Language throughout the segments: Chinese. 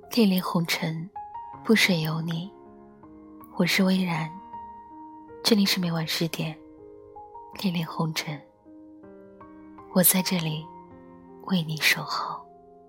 恋恋红尘，不舍有你。我是微然，这里是每晚10点，恋恋红尘。我在这里为你守候。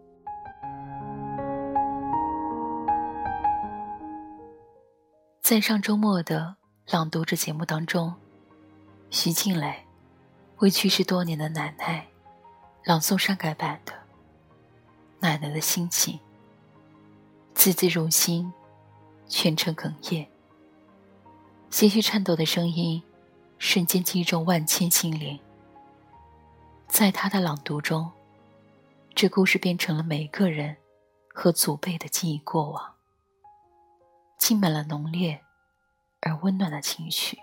在上周末的朗读者节目当中，徐静蕾为去世多年的奶奶朗诵删改版的《奶奶的心情》，字字入心，全程哽咽，些许颤抖的声音瞬间击中万千心灵。在他的朗读中，这故事变成了每个人和祖辈的记忆过往，浸满了浓烈而温暖的情绪。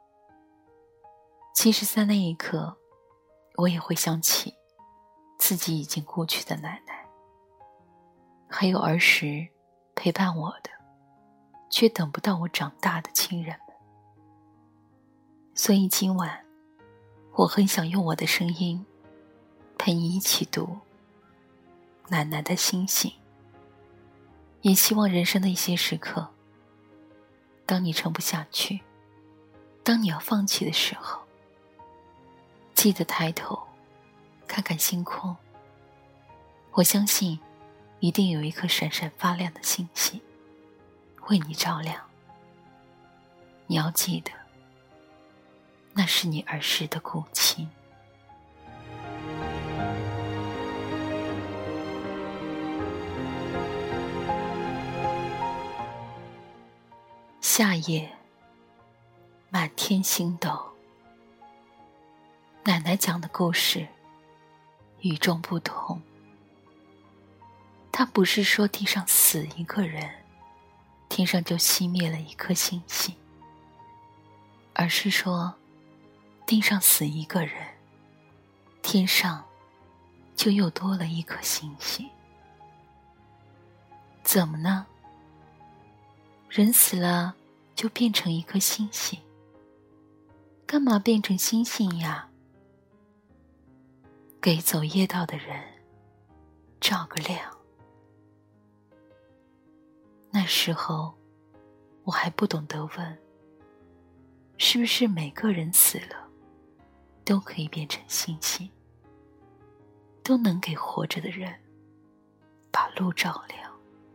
其实在那一刻，我也会想起自己已经故去的奶奶，还有儿时陪伴我的却等不到我长大的亲人们。所以今晚我很想用我的声音陪你一起读奶奶的心情，也希望人生的一些时刻，当你撑不下去，当你要放弃的时候，记得抬头看看星空，我相信一定有一颗闪闪发亮的星星为你照亮。你要记得，那是你儿时的故亲。夏夜，满天星斗。奶奶讲的故事与众不同。她不是说地上死一个人，天上就熄灭了一颗星星，而是说地上死一个人，天上就又多了一颗星星。怎么呢？人死了就变成一颗星星，干嘛变成星星呀？给走夜道的人照个亮。那时候我还不懂得问，是不是每个人死了都可以变成星星，都能给活着的人把路照亮。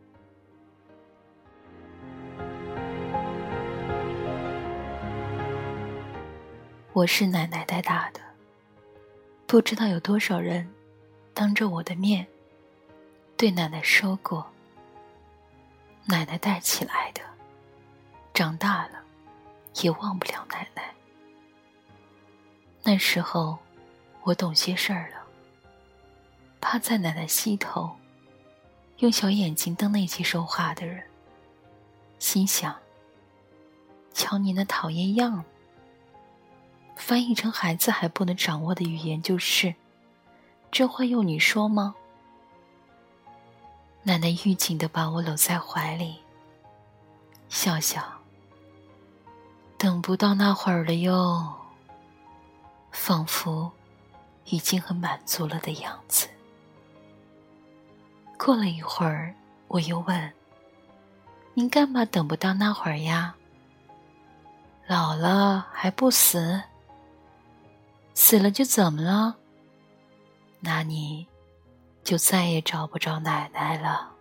我是奶奶带大的，不知道有多少人当着我的面对奶奶说过，奶奶带起来的，长大了也忘不了奶奶。那时候我懂些事儿了，趴在奶奶膝头，用小眼睛瞪那些说话的人，心想，瞧你那讨厌样，翻译成孩子还不能掌握的语言就是，这话用你说吗？奶奶愈紧地把我搂在怀里，笑笑，等不到那会儿了哟，仿佛已经很满足了的样子。过了一会儿，我又问，您干嘛等不到那会儿呀？老了还不死？死了就怎么了？那你就再也找不着奶奶了。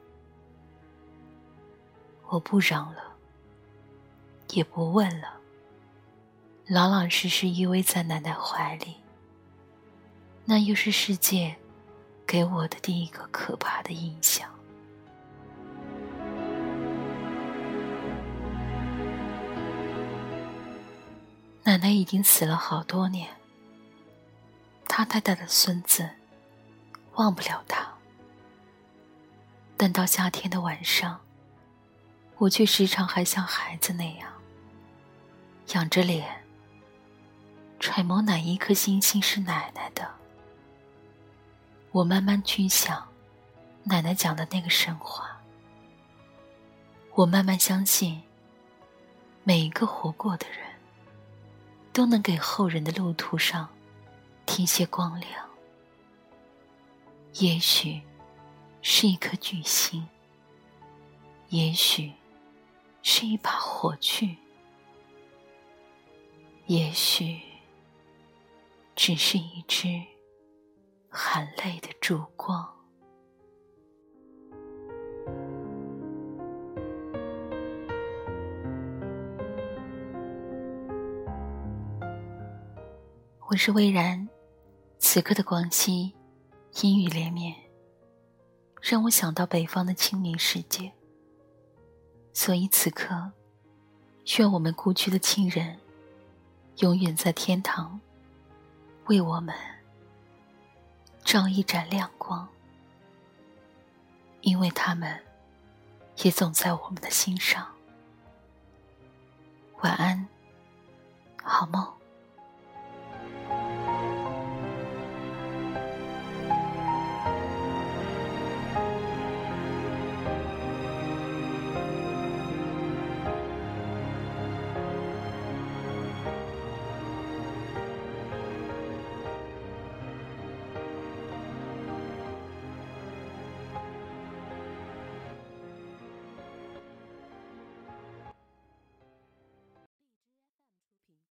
我不嚷了，也不问了，老老实实依偎在奶奶怀里。那又是世界给我的第一个可怕的印象。奶奶已经死了好多年，她太太的孙子忘不了她，但到夏天的晚上，我却时常还像孩子那样仰着脸揣摩哪一颗星星是奶奶的。我慢慢去想奶奶讲的那个神话，我慢慢相信每一个活过的人都能给后人的路途上添些光亮。也许是一颗巨星， 也许是一把火炬，也许只是一支含泪的烛光。我是蔚然，此刻的广西阴雨连绵，让我想到北方的清明时节。所以此刻，愿我们故居的亲人永远在天堂，为我们照一盏亮光，因为他们也总在我们的心上。晚安，好梦。